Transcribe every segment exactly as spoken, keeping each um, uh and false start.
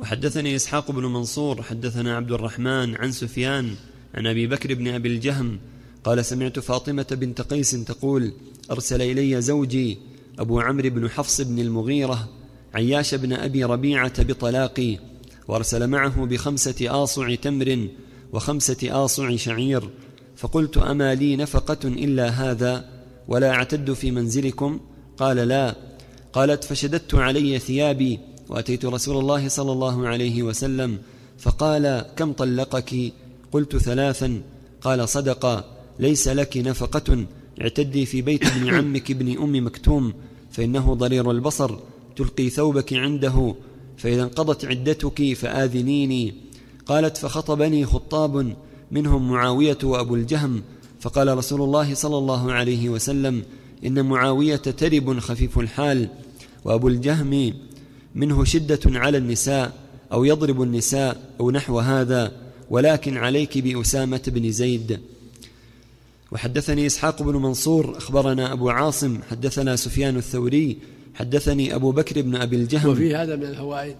وحدثني إسحاق بن منصور حدثنا عبد الرحمن عن سفيان عن أبي بكر بن أبي الجهم قال سمعت فاطمة بنت قيس تقول أرسل إلي زوجي أبو عمرو بن حفص بن المغيرة عياش بن أبي ربيعة بطلاقي، وأرسل معه بخمسة آصع تمر وخمسة آصع شعير، فقلت أما لي نفقة إلا هذا ولا أعتد في منزلكم؟ قال لا. قالت فشددت علي ثيابي وأتيت رسول الله صلى الله عليه وسلم فقال كم طلقك؟ قلت ثلاثا. قال صدق، ليس لك نفقة، اعتدي في بيت ابن عمك ابن أم مكتوم فإنه ضرير البصر، تلقي ثوبك عنده، فإذا انقضت عدتك فآذنيني. قالت فخطبني خطاب منهم معاوية وأبو الجهم، فقال رسول الله صلى الله عليه وسلم إن معاوية ترب خفيف الحال، وأبو الجهم منه شدة على النساء أو يضرب النساء أو نحو هذا، ولكن عليك بأسامة بن زيد. وحدثني إسحاق بن منصور أخبرنا أبو عاصم حدثنا سفيان الثوري حدثني أبو بكر بن أبي الجهم. وفي هذا من الفوائد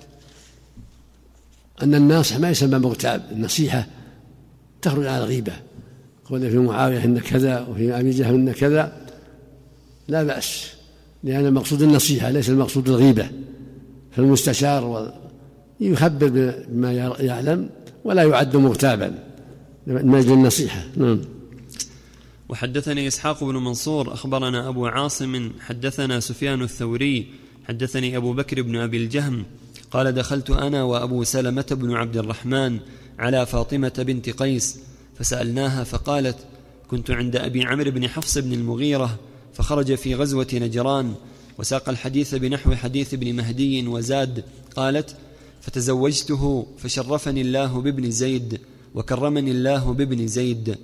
أن الناصح ما يسمى مغتاب، النصيحة تخرج على الغيبة، قول في معاوية إن كذا وفي أبي جهم إن كذا لا بأس، لأن المقصود النصيحة ليس المقصود الغيبة. فالمستشار يخبر بما يعلم ولا يعد مغتابا من أجل النصيحة. نعم. وحدثني إسحاق بن منصور أخبرنا أبو عاصم حدثنا سفيان الثوري حدثني أبو بكر بن أبي الجهم قال دخلت أنا وأبو سلمة بن عبد الرحمن على فاطمة بنت قيس فسألناها فقالت كنت عند أبي عمرو بن حفص بن المغيرة فخرج في غزوة نجران، وساق الحديث بنحو حديث ابن مهدي وزاد. قالت فتزوجته فشرفني الله بابن زيد وكرمني الله بابن زيد.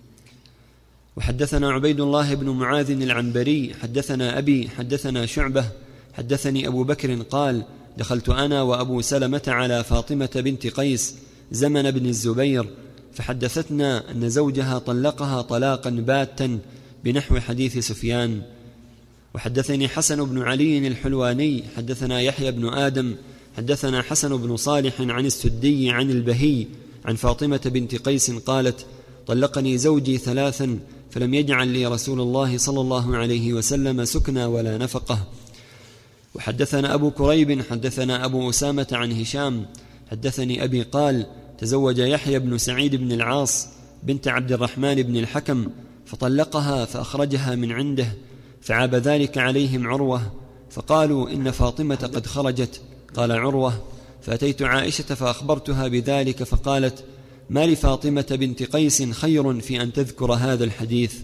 وحدثنا عبيد الله بن معاذ العنبري حدثنا أبي حدثنا شعبة حدثني أبو بكر قال دخلت أنا وأبو سلمة على فاطمة بنت قيس زمن بن الزبير فحدثتنا أن زوجها طلقها طلاقا باتا بنحو حديث سفيان. وحدثني حسن بن علي الحلواني حدثنا يحيى بن آدم حدثنا حسن بن صالح عن السدي عن البهي عن فاطمة بنت قيس قالت طلقني زوجي ثلاثا فلم يجعل لي رسول الله صلى الله عليه وسلم سكنى ولا نفقه. وحدثنا أبو كريب حدثنا أبو أسامة عن هشام حدثني أبي قال تزوج يحيى بن سعيد بن العاص بنت عبد الرحمن بن الحكم فطلقها فأخرجها من عنده، فعاب ذلك عليهم عروة فقالوا إن فاطمة قد خرجت. قال عروة فأتيت عائشة فأخبرتها بذلك فقالت ما لفاطمة بنت قيس خير في أن تذكر هذا الحديث.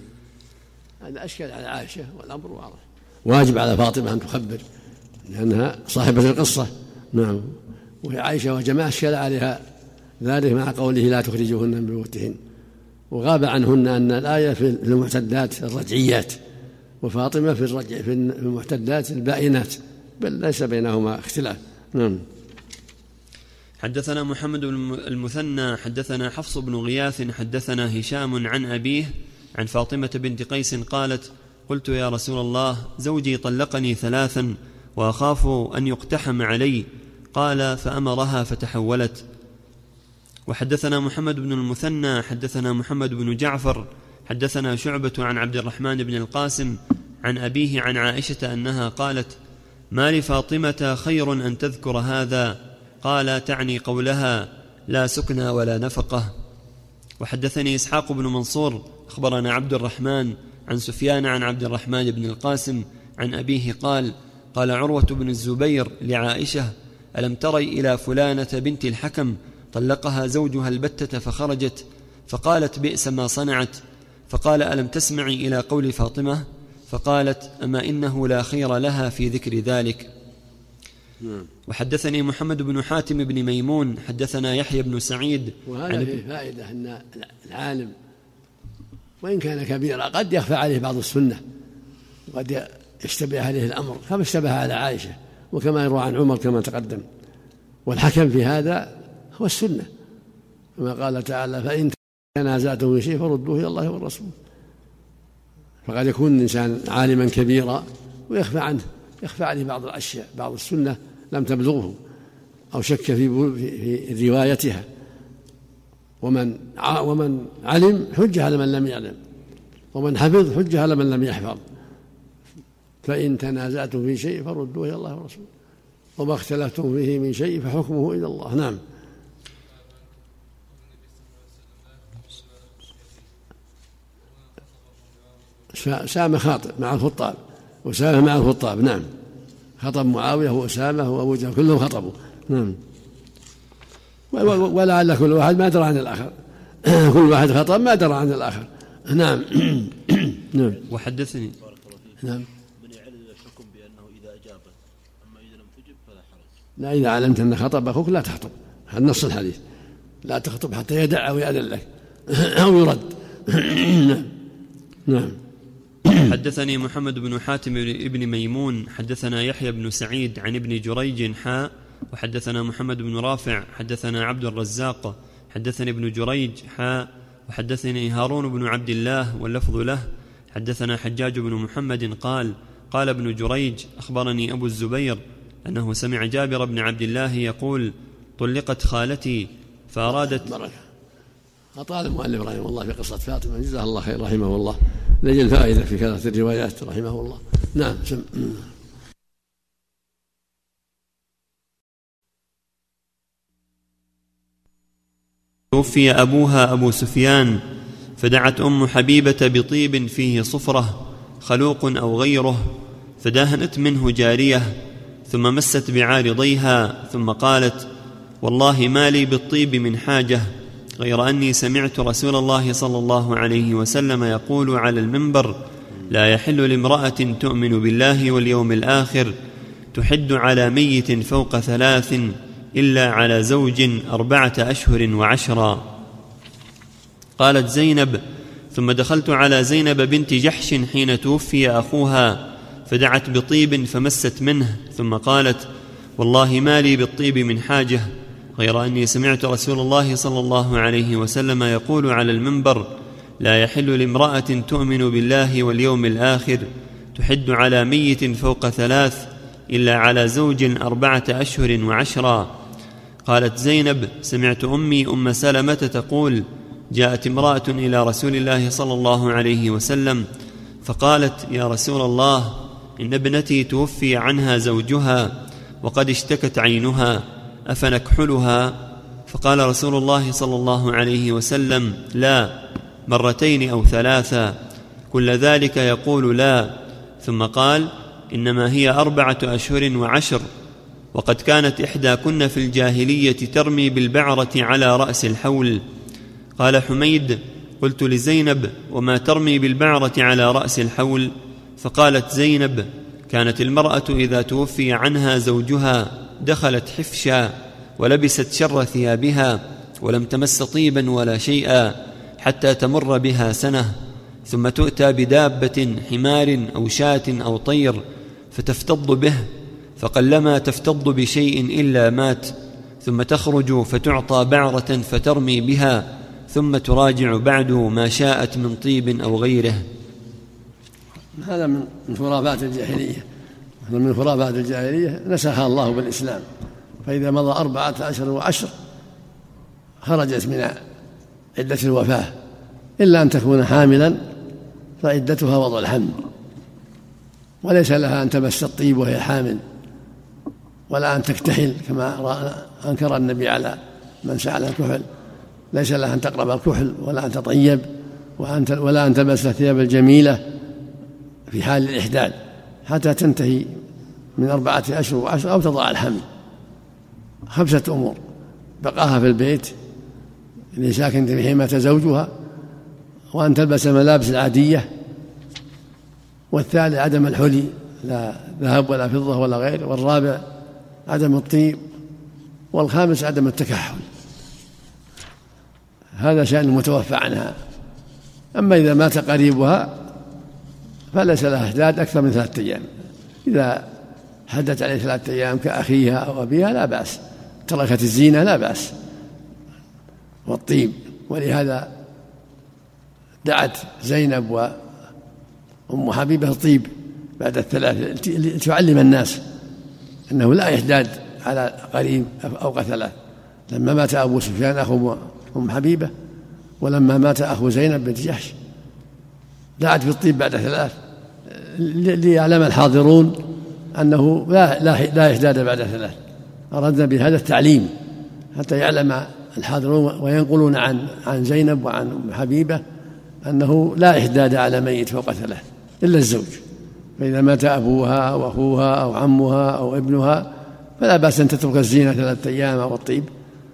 هذا أشكال على عائشة والأمر واضح، واجب على فاطمة أن تخبر لأنها صاحبة القصة. نعم. وهي عائشة وجماعة أشكال عليها ذلك مع قوله لا تخرجوهن من بيوتهن، وغاب عنهن أن الآية في المعتدات الرجعيات وفاطمة في الرجع في المعتدات البائنات، بل ليس بينهما اختلاف. نعم. حدثنا محمد بن المثنى حدثنا حفص بن غياث حدثنا هشام عن أبيه عن فاطمة بنت قيس قالت قلت يا رسول الله زوجي طلقني ثلاثا وأخاف أن يقتحم علي، قال فأمرها فتحولت. وحدثنا محمد بن المثنى حدثنا محمد بن جعفر حدثنا شعبة عن عبد الرحمن بن القاسم عن أبيه عن عائشة أنها قالت ما لفاطمة خير أن تذكر هذا؟ قال تعني قولها لا سكنى ولا نفقة. وحدثني إسحاق بن منصور أخبرنا عبد الرحمن عن سفيان عن عبد الرحمن بن القاسم عن أبيه قال قال عروة بن الزبير لعائشة ألم تري إلى فلانة بنت الحكم طلقها زوجها البتة فخرجت؟ فقالت بئس ما صنعت. فقال ألم تسمعي إلى قول فاطمة؟ فقالت أما إنه لا خير لها في ذكر ذلك. وحدثني محمد بن حاتم بن ميمون حدثنا يحيى بن سعيد. وهذا فيه فائدة أن العالم وإن كان كبيرا قد يخفى عليه بعض السنة وقد يشتبه عليه الأمر كما اشتبه على عائشة وكما يروى عن عمر كما تقدم، والحكم في هذا هو السنة كما قال تعالى فإن تنازعتم في شيء فردوه إلى الله والرسول. فقد يكون الإنسان عالما كبيرا ويخفى عنه يخفى عليه بعض الأشياء بعض السنة لم تبلغه، أو شك في, في روايتها، ومن ومن علم حجة على من لم يعلم، ومن حفظ حجة على من لم يحفظ. فإن تنازعتم في شيء فردوه إلى الله ورسوله، وما اختلفتم فيه من شيء فحكمه إلى الله. نعم. سام خاطب مع الخطاب، وسامة مع الخطاب. نعم، خطب معاوية وأسامة وأبو جهل كلهم خطبوا. نعم. ولعل كل واحد ما درى عن الآخر كل واحد خطب ما درى عن الآخر. نعم. نعم. وحدثني نعم من يعلل الحكم بأنه إذا أجاب، أما إذا لم تجب فلا حرج. لا، إذا علمت أن خطب أخوك لا تخطب، هذا نص الحديث، لا تخطب حتى يدع أو يأذن لك أو يرد. نعم. نعم. حدثني محمد بن حاتم ابن ميمون حدثنا يحيى بن سعيد عن ابن جريج حاء وحدثنا محمد بن رافع حدثنا عبد الرزاق حدثني ابن جريج حاء وحدثني هارون بن عبد الله واللفظ له حدثنا حجاج بن محمد قال قال ابن جريج أخبرني أبو الزبير أنه سمع جابر بن عبد الله يقول طلقت خالتي فأرادت بركة. أطال المؤلف رحمه الله في قصة فاطمة، جزاه الله خير رحمه الله، لجل الفائدة في كثرة الروايات رحمه الله. نعم. توفي أبوها أبو سفيان فدعت أم حبيبة بطيب فيه صفرة خلوق أو غيره، فداهنت منه جارية ثم مست بعارضيها ثم قالت والله ما لي بالطيب من حاجة غير أني سمعت رسول الله صلى الله عليه وسلم يقول على المنبر لا يحل لامرأة تؤمن بالله واليوم الآخر تحد على ميت فوق ثلاث إلا على زوج أربعة أشهر وعشرا. قالت زينب ثم دخلت على زينب بنت جحش حين توفي أخوها فدعت بطيب فمست منه ثم قالت والله ما لي بالطيب من حاجة غير أني سمعت رسول الله صلى الله عليه وسلم يقول على المنبر لا يحل لامرأة تؤمن بالله واليوم الآخر تحد على ميت فوق ثلاث إلا على زوج أربعة أشهر وعشرا. قالت زينب سمعت أمي أم سلمة تقول جاءت امرأة إلى رسول الله صلى الله عليه وسلم فقالت يا رسول الله إن ابنتي توفي عنها زوجها وقد اشتكت عينها أفنكحلها؟ فقال رسول الله صلى الله عليه وسلم لا، مرتين أو ثلاثا، كل ذلك يقول لا، ثم قال إنما هي أربعة أشهر وعشر، وقد كانت إحداكن في الجاهلية ترمي بالبعرة على رأس الحول. قال حميد قلت لزينب وما ترمي بالبعرة على رأس الحول؟ فقالت زينب كانت المرأة إذا توفي عنها زوجها دخلت حفشا ولبست شر ثيابها ولم تمس طيبا ولا شيئا حتى تمر بها سنة، ثم تؤتى بدابة حمار أو شاة أو طير فتفتض به، فقلما تفتض بشيء إلا مات، ثم تخرج فتعطى بعرة فترمي بها، ثم تراجع بعده ما شاءت من طيب أو غيره. هذا من خرافات الجاهلية، من خرافات الجاهلية نسخها الله بالإسلام، فإذا مضى أربعة أشهر وعشر خرجت من عدة الوفاة إلا أن تكون حاملا فعدتها وضع الحمل، وليس لها أن تمس الطيب وهي حامل ولا أن تكتحل كما أنكر النبي على من سأل الكحل، ليس لها أن تقرب الكحل ولا أن تطيب ولا أن تلبس الثياب الجميلة في حال الإحداد حتى تنتهي من أربعة أشهر وعشر أو تضع الحمل. خمسة أمور: بقاها في البيت اللي ساكن في حماية زوجها، وأن تلبس الملابس العادية، والثالث عدم الحلي لا ذهب ولا فضة ولا غير، والرابع عدم الطيب، والخامس عدم التكحل. هذا شأن المتوفى عنها. أما إذا مات قريبها فليس لها إحداد أكثر من ثلاثة أيام، إذا حدت عليه ثلاثة أيام كأخيها أو أبيها لا بأس، تركت الزينة لا بأس والطيب. ولهذا دعت زينب وأم حبيبة الطيب بعد الثلاث تعلم الناس أنه لا يحداد على قريب فوق ثلاث. لما مات أبو سفيان أخو أم حبيبة، ولما مات أخو زينب بنت جحش دعت بالطيب بعد ثلاث، ليعلم الحاضرون أنه لا لا لا إحداد بعد ثلاث. أردنا بهذا التعليم حتى يعلم الحاضرون وينقلون عن عن زينب وعن أم حبيبة أنه لا إحداد على ميت فوق ثلاث إلا الزوج. فإذا مات أبوها أو أخوها أو عمها أو ابنها فلا بأس أن تترك الزينة ثلاثة أيام أو الطيب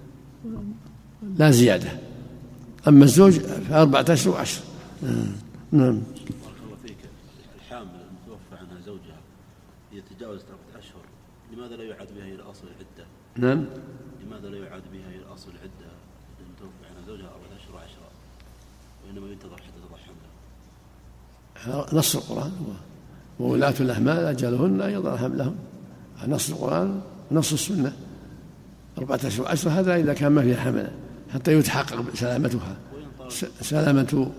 لا زيادة. أما الزوج فأربعة أشهر وعشر. نعم. بارك الله فيك. الحامل المتوفى عنها زوجها إذا تجاوزت أربعة أشهر لماذا لا يعاد بها إلى أصل العدة؟ نعم. لماذا لا يعاد بها إلى أصل العدة المتوفى عنها زوجها أربعة أشهر وعشرة وإنما ينتظر حتى تضع حملها؟ نص القرآن وولاة الأحمال أجلهن أن يضعن حملهن. نص القرآن نص السنة أربعة أشهر وعشرة، هذا إذا كان ما فيها حمل حتى يتحقق سلامتها سلامة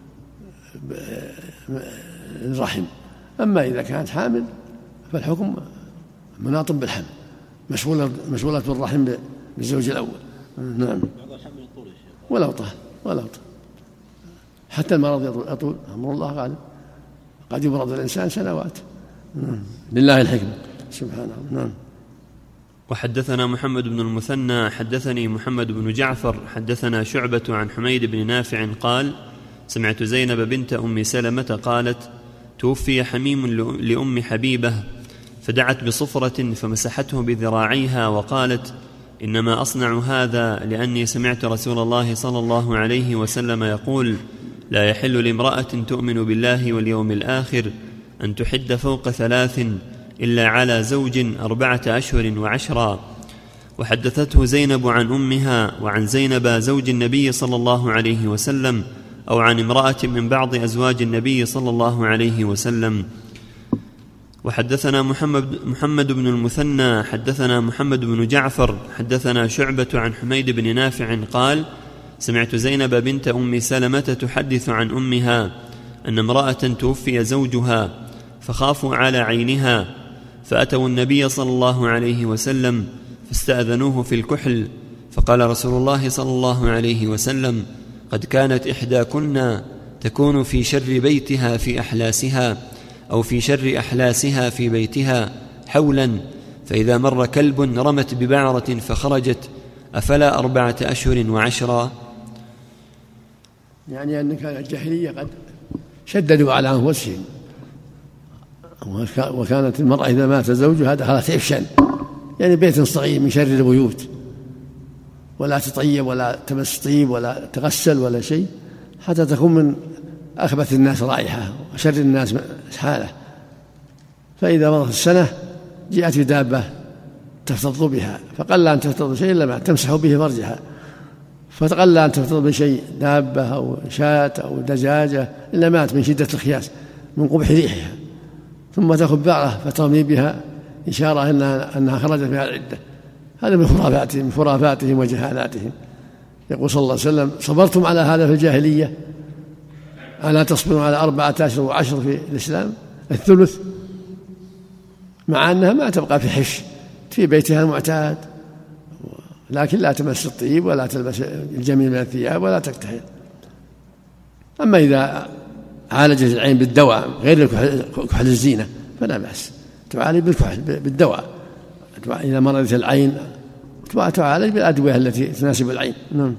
الرحم. أما إذا كانت حامل فالحكم مناط بالحمل، مشغولة مشغولة بالرحم بالزوج الأول. نعم. ولو طال ولو طال حتى المرض يطول أمر الله غالب، قد يمرض الإنسان سنوات. لله الحكمة سبحانه. نعم. وحدثنا محمد بن المثنى حدثني محمد بن جعفر حدثنا شعبة عن حميد بن نافع قال: سمعت زينب بنت أم سلمة قالت: توفي حميم لأم حبيبة فدعت بصفرة فمسحته بذراعيها وقالت: إنما أصنع هذا لأني سمعت رسول الله صلى الله عليه وسلم يقول: لا يحل لامرأة تؤمن بالله واليوم الآخر أن تحد فوق ثلاث إلا على زوج أربعة أشهر وعشرا. وحدثته زينب عن أمها وعن زينب زوج النبي صلى الله عليه وسلم أو عن امرأة من بعض أزواج النبي صلى الله عليه وسلم. وحدثنا محمد, محمد بن المثنى حدثنا محمد بن جعفر حدثنا شعبة عن حميد بن نافع قال: سمعت زينب بنت أم سلمة تحدث عن أمها أن امرأة توفي زوجها فخافوا على عينها فأتوا النبي صلى الله عليه وسلم فاستأذنوه في الكحل، فقال رسول الله صلى الله عليه وسلم: قد كانت إحداكن تكون في شر بيتها في أحلاسها أو في شر أحلاسها في بيتها حولا، فإذا مر كلب رمت ببعرة فخرجت أفلا أربعة أشهر وعشرا. يعني أن كان الجاهلية قد شددوا على أنفسهم، وكانت المرأة إذا مات زوجها دخلت عفشا، يعني بيت صغير من شر البيوت، ولا تطيب ولا تمس طيب ولا تغسل ولا شيء حتى تكون من أخبث الناس رائحة وشر الناس حالة. فإذا مضت السنة جاءت بدابة تفتض بها، فقل أن تفتض شيء إلا ما تمسح به فرجها، فقل أن تفتض بشيء دابة أو شاة أو دجاجة إلا مات من شدة الخياس من قبح ريحها، ثم تأخذ بعرة فترمي بها إشارة إنها, أنها خرجت من العدة. هذا من خرافاتهم من خرافاتهم وجهالاتهم. يقول صلى الله عليه وسلم: صبرتم على هذا في الجاهلية ألا تصبروا على أربعة أشهر وعشر في الإسلام الثلث، مع أنها ما تبقى في حش في بيتها المعتاد، لكن لا تمس الطيب ولا تلبس الجميل من الثياب ولا تكتحل. أما إذا عالجت العين بالدواء غير كحل الزينة فلا بأس، تعالج بالكحل بالدواء. إذا مرضت العين تعالج بالأدوية التي تناسب العين. نعم.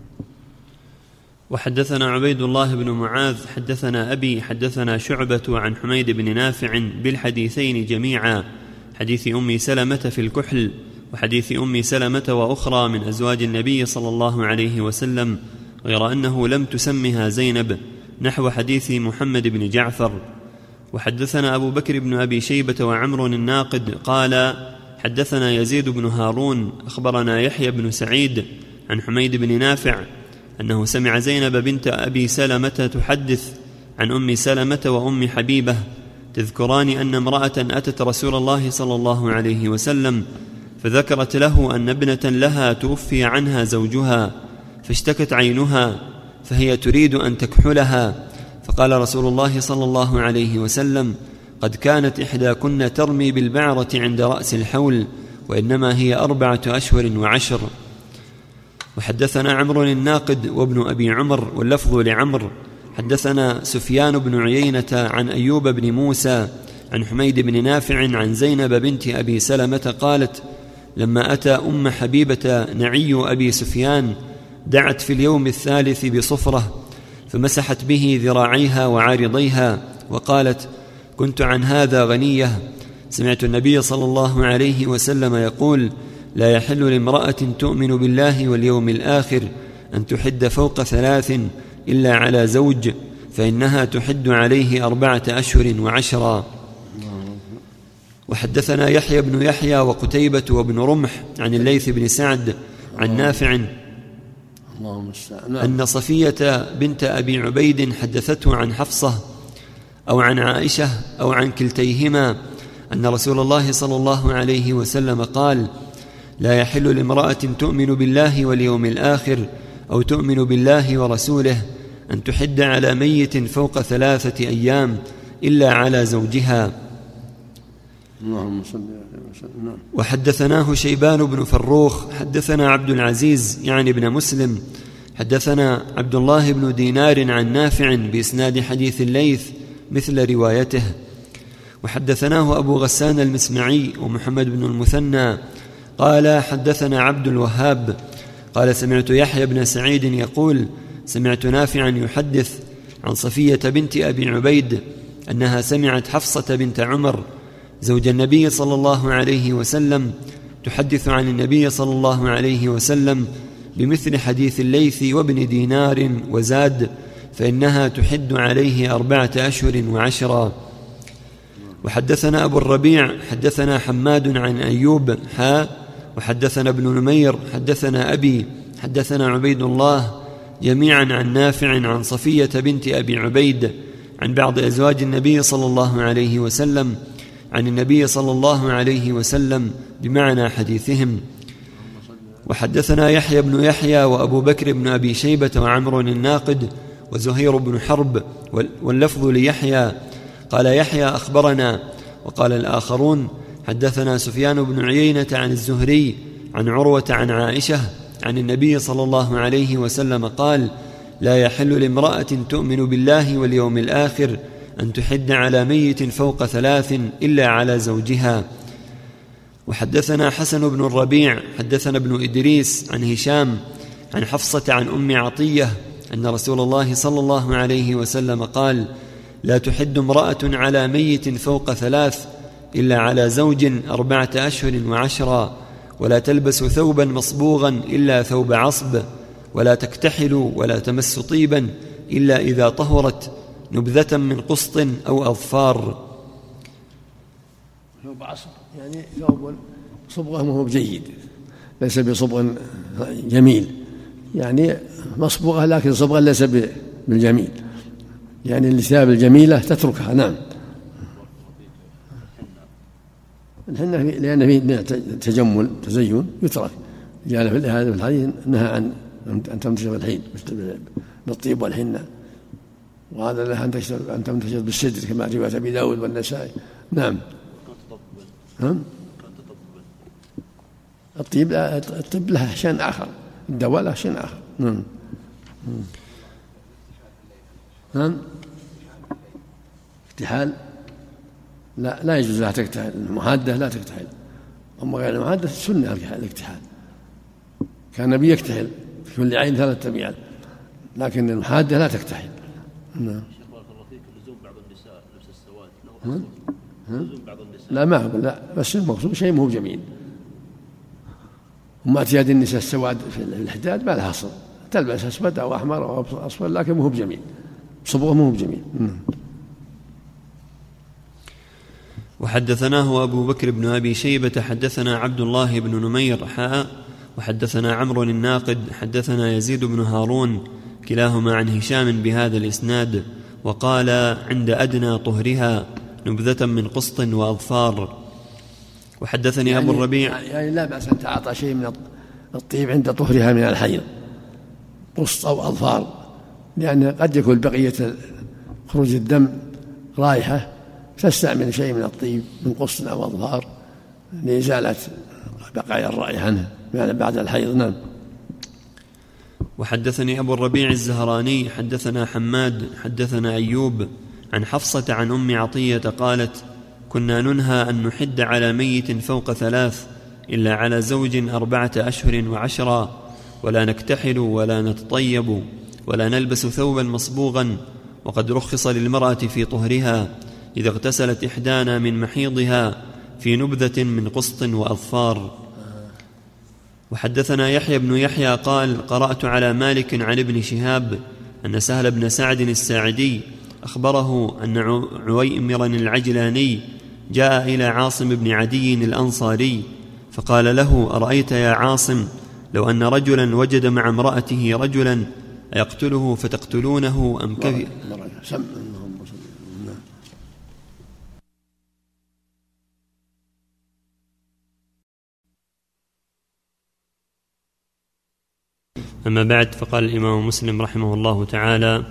وحدثنا عبيد الله بن معاذ حدثنا أبي حدثنا شعبة عن حميد بن نافع بالحديثين جميعا، حديث أم سلمة في الكحل وحديث أم سلمة وأخرى من أزواج النبي صلى الله عليه وسلم، غير أنه لم تسمها زينب، نحو حديث محمد بن جعفر. وحدثنا أبو بكر بن أبي شيبة وعمر الناقد قال: حدثنا يزيد بن هارون أخبرنا يحيى بن سعيد عن حميد بن نافع أنه سمع زينب بنت أبي سلمة تحدث عن أم سلمة وأم حبيبة تذكران أن امرأة أتت رسول الله صلى الله عليه وسلم فذكرت له أن ابنة لها توفي عنها زوجها فاشتكت عينها فهي تريد أن تكحلها، فقال رسول الله صلى الله عليه وسلم: قد كانت إحداكن ترمي بالبعرة عند رأس الحول وإنما هي أربعة أشهر وعشر. وحدثنا عمرو الناقد وابن أبي عمر واللفظ لعمر حدثنا سفيان بن عيينة عن أيوب بن موسى عن حميد بن نافع عن زينب بنت أبي سلمة قالت: لما أتى أم حبيبة نعي أبي سفيان دعت في اليوم الثالث بصفرة فمسحت به ذراعيها وعارضيها وقالت: كنت عن هذا غنية. سمعت النبي صلى الله عليه وسلم يقول: لا يحل لامرأة تؤمن بالله واليوم الآخر أن تحد فوق ثلاث إلا على زوج، فإنها تحد عليه أربعة أشهر وعشرا. وحدثنا يحيى بن يحيى وقتيبة وابن رمح عن الليث بن سعد عن نافع أن صفية بنت أبي عبيد حدثته عن حفصة أو عن عائشة أو عن كلتيهما أن رسول الله صلى الله عليه وسلم قال: لا يحل لامرأة تؤمن بالله واليوم الآخر أو تؤمن بالله ورسوله أن تحد على ميت فوق ثلاثة أيام إلا على زوجها. وحدثناه شيبان بن فروخ حدثنا عبد العزيز يعني ابن مسلم حدثنا عبد الله بن دينار عن نافع بإسناد حديث الليث مثل روايته. وحدثناه أبو غسان المسمعي ومحمد بن المثنى قال حدثنا عبد الوهاب قال سمعت يحيى بن سعيد يقول: سمعت نافعا يحدث عن صفية بنت أبي عبيد أنها سمعت حفصة بنت عمر زوج النبي صلى الله عليه وسلم تحدث عن النبي صلى الله عليه وسلم بمثل حديث الليث وابن دينار وزاد: فإنها تحد عليه أربعة أشهر وعشرا. وحدثنا أبو الربيع حدثنا حماد عن أيوب حا وحدثنا ابن نمير حدثنا أبي حدثنا عبيد الله جميعا عن نافع عن صفية بنت أبي عبيد عن بعض أزواج النبي صلى الله عليه وسلم عن النبي صلى الله عليه وسلم بمعنى حديثهم. وحدثنا يحيى بن يحيى وأبو بكر بن أبي شيبة وعمر الناقد وزهير بن حرب واللفظ ليحيى قال يحيى أخبرنا، وقال الآخرون حدثنا سفيان بن عيينة عن الزهري عن عروة عن عائشة عن النبي صلى الله عليه وسلم قال: لا يحل لامرأة تؤمن بالله واليوم الآخر أن تحد على ميت فوق ثلاث إلا على زوجها. وحدثنا حسن بن الربيع حدثنا ابن إدريس عن هشام عن حفصة عن أم عطية أن رسول الله صلى الله عليه وسلم قال: لا تحد امرأة على ميت فوق ثلاث إلا على زوج أربعة أشهر وعشرا، ولا تلبس ثوبا مصبوغا إلا ثوب عصب، ولا تكتحل ولا تمس طيبا إلا إذا طهرت نبذة من قسط أو أظفار. ثوب عصب يعني ثوب صبغه مو جيد، ليس بصبغ جميل، يعني مصبوغة لكن صبغه ليس بالجميل، يعني الثياب الجميلة تتركها. نعم. الحنة لأن فيه تجمل تزين يترك، جاء في هذا الحديث نهى عن أن تمتشر بالحين بالطيب والحنة، وهذا لها أن تمتشر بالسدر كما رواية أبي داود والنسائي. نعم. الطيب الطب لها شأن آخر، الدواء لها شأن آخر. نعم. نعم. اكتحال لا لا يجوز لها تكتحل، المحادة لا تكتحل، أما غير المحادة سنة الاكتحال، كان النبي يكتحل في كل عين ثلاثة أبيال، لكن المحادة لا تكتحل. نعم. لا ما أقول لا، بس المقصود شيء مو جميل، وما اعتياد النساء السواد في الحداد ما لها أصل، تلبس أسود أو أحمر أو أصفر لكن مو بجميل، صبغه مو بجميل. وحدثناه أبو بكر بن أبي شيبة حدثنا عبد الله بن نمير حاء وحدثنا عمرو الناقد حدثنا يزيد بن هارون كلاهما عن هشام بهذا الإسناد، وقال: عند أدنى طهرها نبذة من قسط وأظفار. وحدثني يعني أبو الربيع يعني لا بأس أن تعاطى شيء من الطيب عند طهرها من الحيض، قسط أو أظفار، لأن قد يكون بقية خروج الدم رائحة، تستعمل شيء من الطيب من قسط أو أظفار لإزالة بقايا الرأي عنه يعني بعد الحيض. نعم. وحدثني أبو الربيع الزهراني حدثنا حماد حدثنا أيوب عن حفصة عن أم عطية قالت: كنا ننهى أن نحد على ميت فوق ثلاث إلا على زوج أربعة أشهر وعشرا، ولا نكتحل ولا نتطيب ولا نلبس ثوبا مصبوغا، وقد رخص للمرأة في طهرها إذا اغتسلت إحدانا من محيضها في نبذة من قسط وأظفار. وحدثنا يحيى بن يحيى قال: قرأت على مالك عن ابن شهاب أن سهل بن سعد الساعدي أخبره أن عويمرا العجلاني جاء إلى عاصم بن عدي الأنصاري فقال له: أرأيت يا عاصم لو أن رجلا وجد مع امرأته رجلا أيقتله فتقتلونه أم كيف؟ أما بعد، فقال الإمام مسلم رحمه الله تعالى: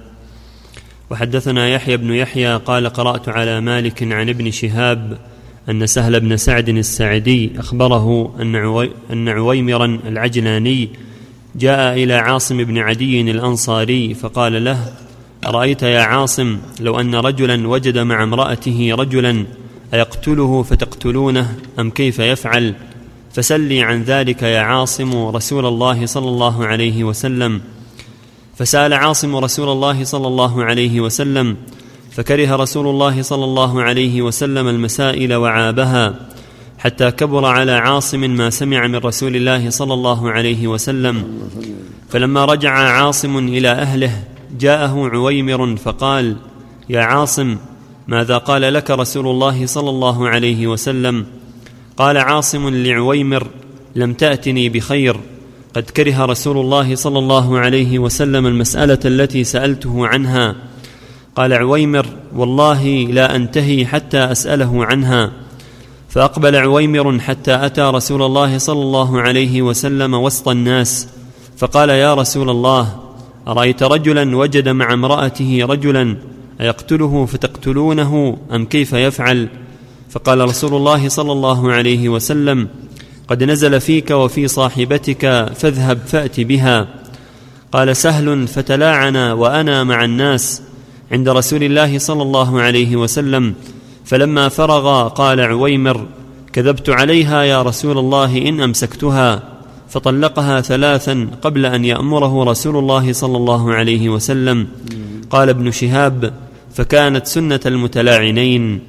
وحدثنا يحيى بن يحيى قال: قرأت على مالك عن ابن شهاب أن سهل بن سعد الساعدي أخبره أن, عوي أن عويمرا العجلاني جاء إلى عاصم بن عدي الأنصاري فقال له: أرأيت يا عاصم لو أن رجلا وجد مع امرأته رجلا أيقتله فتقتلونه أم كيف يفعل؟ فسلي عن ذلك يا عاصم رسول الله صلى الله عليه وسلم. فسأل عاصم رسول الله صلى الله عليه وسلم، فكره رسول الله صلى الله عليه وسلم المسائل وعابها، حتى كبر على عاصم ما سمع من رسول الله صلى الله عليه وسلم. فلما رجع عاصم إلى أهله جاءه عويمر فقال: يا عاصم، ماذا قال لك رسول الله صلى الله عليه وسلم؟ قال عاصم لعويمر: لم تأتني بخير، قد كره رسول الله صلى الله عليه وسلم المسألة التي سألته عنها. قال عويمر: والله لا أنتهي حتى أسأله عنها. فأقبل عويمر حتى أتى رسول الله صلى الله عليه وسلم وسط الناس فقال: يا رسول الله، أرأيت رجلا وجد مع امرأته رجلا أيقتله فتقتلونه أم كيف يفعل؟ فقال رسول الله صلى الله عليه وسلم: قد نزل فيك وفي صاحبتك فاذهب فأت بها. قال سهل: فتلاعنا وأنا مع الناس عند رسول الله صلى الله عليه وسلم، فلما فرغ قال عويمر: كذبت عليها يا رسول الله إن أمسكتها. فطلقها ثلاثا قبل أن يأمره رسول الله صلى الله عليه وسلم. قال ابن شهاب: فكانت سنة المتلاعنين.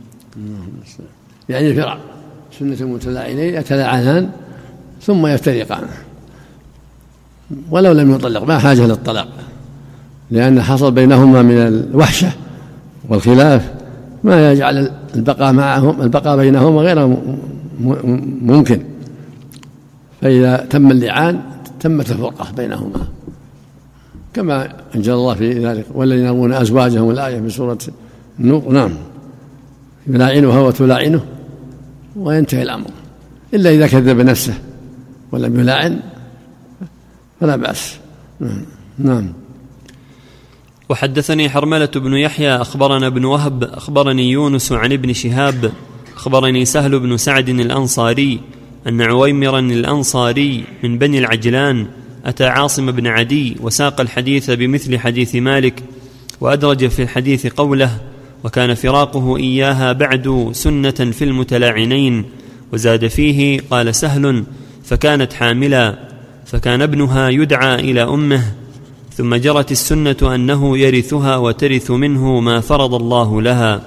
يعني الفرع سنة المتلاعنين يتلاعنان ثم يفترقان، ولو لم يطلق ما حاجة للطلاق، لأن حصل بينهما من الوحشة والخلاف ما يجعل البقاء معهم البقاء بينهما غير ممكن. فإذا تم اللعان تمت الفرقة بينهما، كما أنزل الله في ذلك: والذين يرمون أزواجهم، الآية في سورة النور. نعم، يلاعنها وتلاعنه وينتهي الأمر، إلا إذا كذب نفسه ولم يلاعن فلا بأس. نعم. وحدثني حرملة بن يحيى أخبرنا ابن وهب أخبرني يونس عن ابن شهاب أخبرني سهل بن سعد الأنصاري أن عويمرا الأنصاري من بني العجلان أتى عاصم بن عدي وساق الحديث بمثل حديث مالك، وأدرج في الحديث قوله: وكان فراقه إياها بعد سنة في المتلاعنين. وزاد فيه: قال سهل: فكانت حاملا، فكان ابنها يدعى إلى أمه، ثم جرت السنة أنه يرثها وترث منه ما فرض الله لها.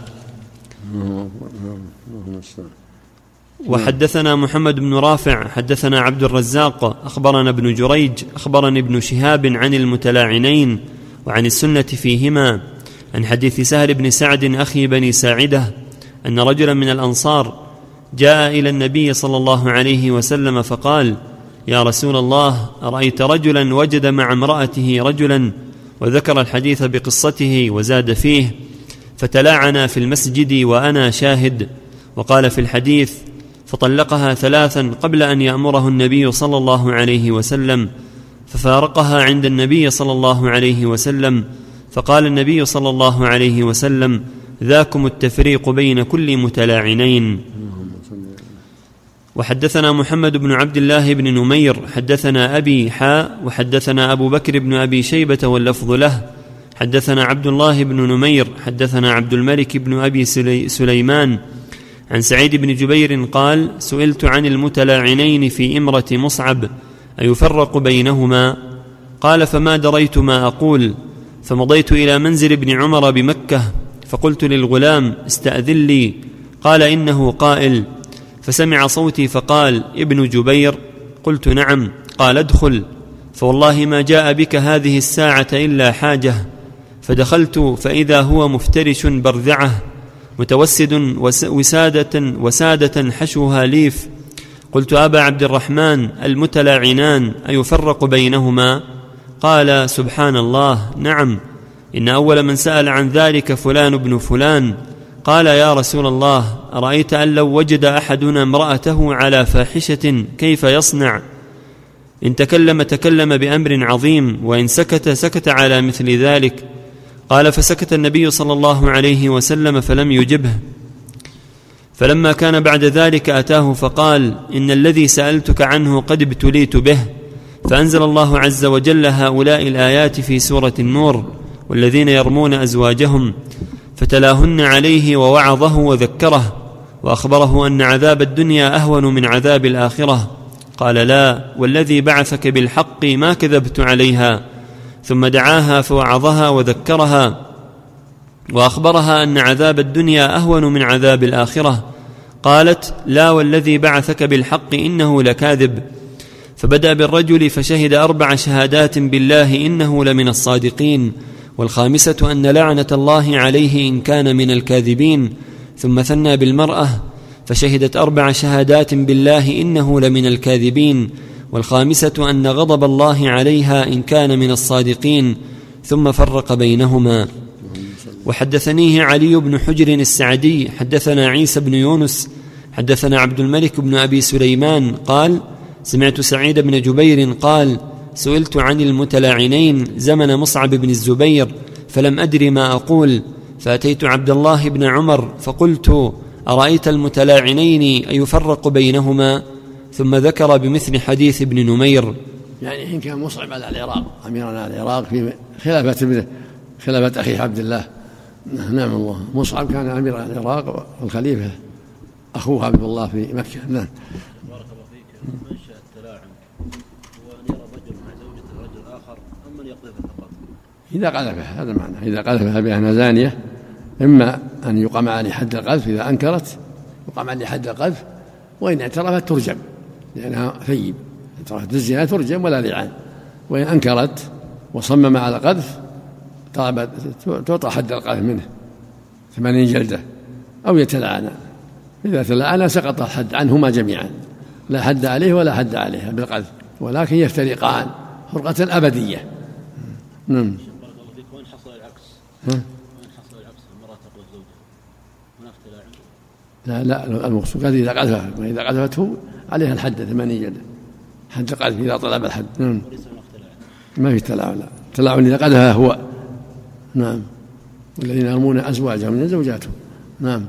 وحدثنا محمد بن رافع حدثنا عبد الرزاق أخبرنا ابن جريج أخبرني ابن شهاب عن المتلاعنين وعن السنة فيهما، عن حديث سهل بن سعد أخي بني ساعدة أن رجلا من الأنصار جاء إلى النبي صلى الله عليه وسلم فقال: يا رسول الله، أرأيت رجلا وجد مع امرأته رجلا، وذكر الحديث بقصته وزاد فيه: فتلاعنا في المسجد وأنا شاهد. وقال في الحديث: فطلقها ثلاثا قبل أن يأمره النبي صلى الله عليه وسلم، ففارقها عند النبي صلى الله عليه وسلم، فقال النبي صلى الله عليه وسلم: ذاكم التفريق بين كل متلاعنين. وحدثنا محمد بن عبد الله بن نمير حدثنا أبي حاء وحدثنا أبو بكر بن أبي شيبة واللفظ له حدثنا عبد الله بن نمير حدثنا عبد الملك بن أبي سلي سليمان عن سعيد بن جبير قال سئلت عن المتلاعنين في إمرة مصعب أيفرق بينهما؟ قال فما دريت ما أقول، فمضيت إلى منزل ابن عمر بمكة فقلت للغلام استأذن لي، قال إنه قائل، فسمع صوتي فقال ابن جبير، قلت نعم، قال ادخل، فوالله ما جاء بك هذه الساعة إلا حاجة، فدخلت فإذا هو مفترش برذعة متوسد وسادة, وسادة حشوها ليف. قلت أبا عبد الرحمن المتلاعنان أيفرق بينهما؟ قال سبحان الله نعم، إن أول من سأل عن ذلك فلان بن فلان. قال يا رسول الله أرأيت أن لو وجد أحدنا امرأته على فاحشة كيف يصنع؟ إن تكلم تكلم بأمر عظيم، وإن سكت سكت على مثل ذلك. قال فسكت النبي صلى الله عليه وسلم فلم يجبه. فلما كان بعد ذلك أتاه فقال إن الذي سألتك عنه قد ابتليت به، فأنزل الله عز وجل هؤلاء الآيات في سورة النور والذين يرمون أزواجهم، فتلاهن عليه ووعظه وذكره وأخبره أن عذاب الدنيا أهون من عذاب الآخرة. قال لا والذي بعثك بالحق ما كذبت عليها، ثم دعاها فوعظها وذكرها وأخبرها أن عذاب الدنيا أهون من عذاب الآخرة. قالت لا والذي بعثك بالحق إنه لكاذب. فبدأ بالرجل فشهد أربع شهادات بالله إنه لمن الصادقين، والخامسة أن لعنة الله عليه إن كان من الكاذبين. ثم ثنى بالمرأة فشهدت أربع شهادات بالله إنه لمن الكاذبين، والخامسة أن غضب الله عليها إن كان من الصادقين، ثم فرق بينهما. وحدثنيه علي بن حجر السعدي حدثنا عيسى بن يونس حدثنا عبد الملك بن أبي سليمان قال سمعت سعيد بن جبير قال سئلت عن المتلاعنين زمن مصعب بن الزبير فلم أدر ما أقول، فأتيت عبد الله بن عمر فقلت أرأيت المتلاعنين أيفرق بينهما؟ ثم ذكر بمثل حديث ابن نمير. يعني إن كان مصعب على العراق أميرا على العراق في خلافة ابنه خلافة أخيه عبد الله، نعم الله، مصعب كان أميرا على العراق والخليفة أخوه عبد الله في مكة. نعم. بارك الله فيك. منشأ التلاعن هو أن يرى الرجل مع زوجة الرجل الآخر أم من يقذفها فقط؟ إذا قذفها، هذا معنى، إذا قذفها بأنها زانية إما أن يقام عليه حد القذف، إذا أنكرت يقام عليه حد القذف، وإن اعترفت ترجم لأنها ثيب، اعترفت بالزنا ترجم ولا لعان، وإن أنكرت وصمم على قذف طلبت تعطى حد القذف منه ثمانين جلدة أو يتلعن. إذا تلعن سقط الحد عنهما جميعا، لا حد عليه ولا حد عليها بالقذف، ولكن يفترقان فرقة أبدية. نعم. وين حصل العكس؟ وين حصل العكس؟ المرأة تقول زوجها هناك تلاعن؟ لا لا، المقصود إذا قذفها، وإذا قذفته عليها الحد ثمانين جلدة، حد القذف إذا طلب الحد. نعم. ما في تلاعن، لا، التلاعن إذا قذفها هو. نعم. والذين يرمون أزواجهم من زوجاتهم. نعم.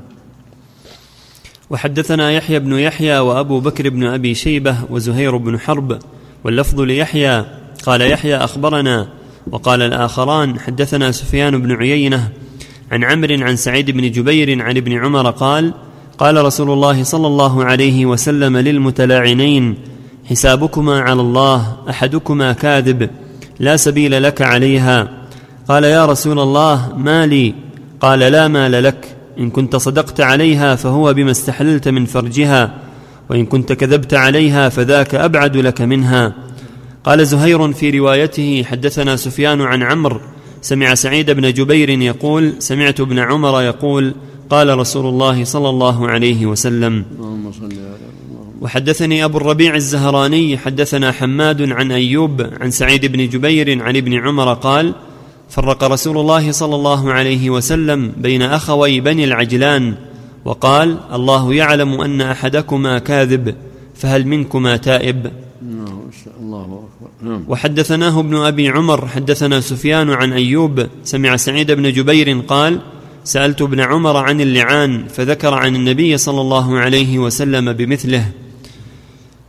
وحدثنا يحيى بن يحيى وأبو بكر بن أبي شيبة وزهير بن حرب، واللفظ ليحيى قال يحيى أخبرنا، وقال الآخران حدثنا سفيان بن عيينة عن عمرو عن سعيد بن جبير عن ابن عمر قال قال رسول الله صلى الله عليه وسلم للمتلاعنين حسابكما على الله، أحدكما كاذب لا سبيل لك عليها. قال يا رسول الله ما لي؟ قال لا مال لك، إن كنت صدقت عليها فهو بما استحللت من فرجها، وإن كنت كذبت عليها فذاك أبعد لك منها. قال زهير في روايته حدثنا سفيان عن عمرو سمع سعيد بن جبير يقول سمعت ابن عمر يقول قال رسول الله صلى الله عليه وسلم. وحدثني أبو الربيع الزهراني حدثنا حماد عن أيوب عن سعيد بن جبير عن ابن عمر قال فرق رسول الله صلى الله عليه وسلم بين أخوي بني العجلان وقال الله يعلم أن أحدكما كاذب فهل منكما تائب؟ الله أكبر. وحدثناه ابن أبي عمر حدثنا سفيان عن أيوب سمع سعيد بن جبير قال سألت ابن عمر عن اللعان فذكر عن النبي صلى الله عليه وسلم بمثله.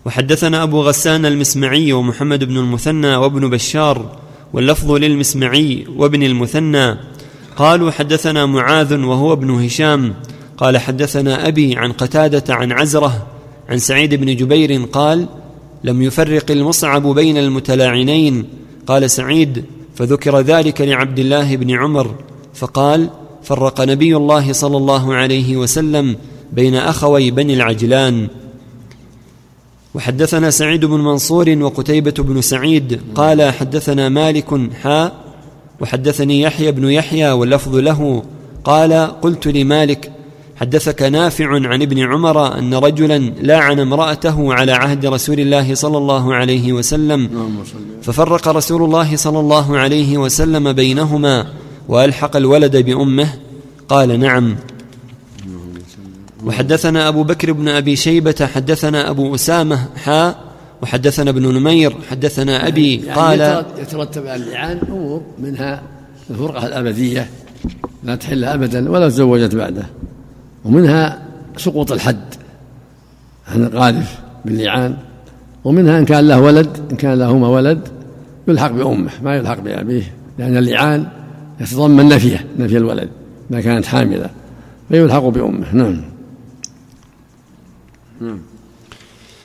وحدثنا أبو غسان المسمعي ومحمد بن المثنى وابن بشار واللفظ للمسمعي وابن المثنى قالوا حدثنا معاذ وهو ابن هشام قال حدثنا أبي عن قتادة عن عزرة عن سعيد بن جبير قال لم يفرق المصعب بين المتلاعنين. قال سعيد فذكر ذلك لعبد الله بن عمر فقال فرق نبي الله صلى الله عليه وسلم بين أخوي بني العجلان. وحدثنا سعيد بن منصور وقتيبة بن سعيد قال حدثنا مالك حاء وحدثني يحيى بن يحيى واللفظ له قال قلت لمالك حدثك نافع عن ابن عمر أن رجلا لاعن امرأته على عهد رسول الله صلى الله عليه وسلم ففرق رسول الله صلى الله عليه وسلم بينهما وألحق الولد بأمه؟ قال نعم. وحدثنا أبو بكر بن أبي شيبة حدثنا أبو أسامة حاء وحدثنا ابن نمير حدثنا أبي يعني قال يترتب على اللعان أمور منها الفرقة الأبدية لا تحل أبدا ولا تزوجت بعده، ومنها سقوط الحد عن القاذف باللعان، ومنها إن كان له ولد إن كان لهما ولد يلحق بأمه ما يلحق بأبيه، لأن اللعان يتضمن نفيه نفي الولد ما كانت حاملة فيلحق بأمه. نعم. نعم.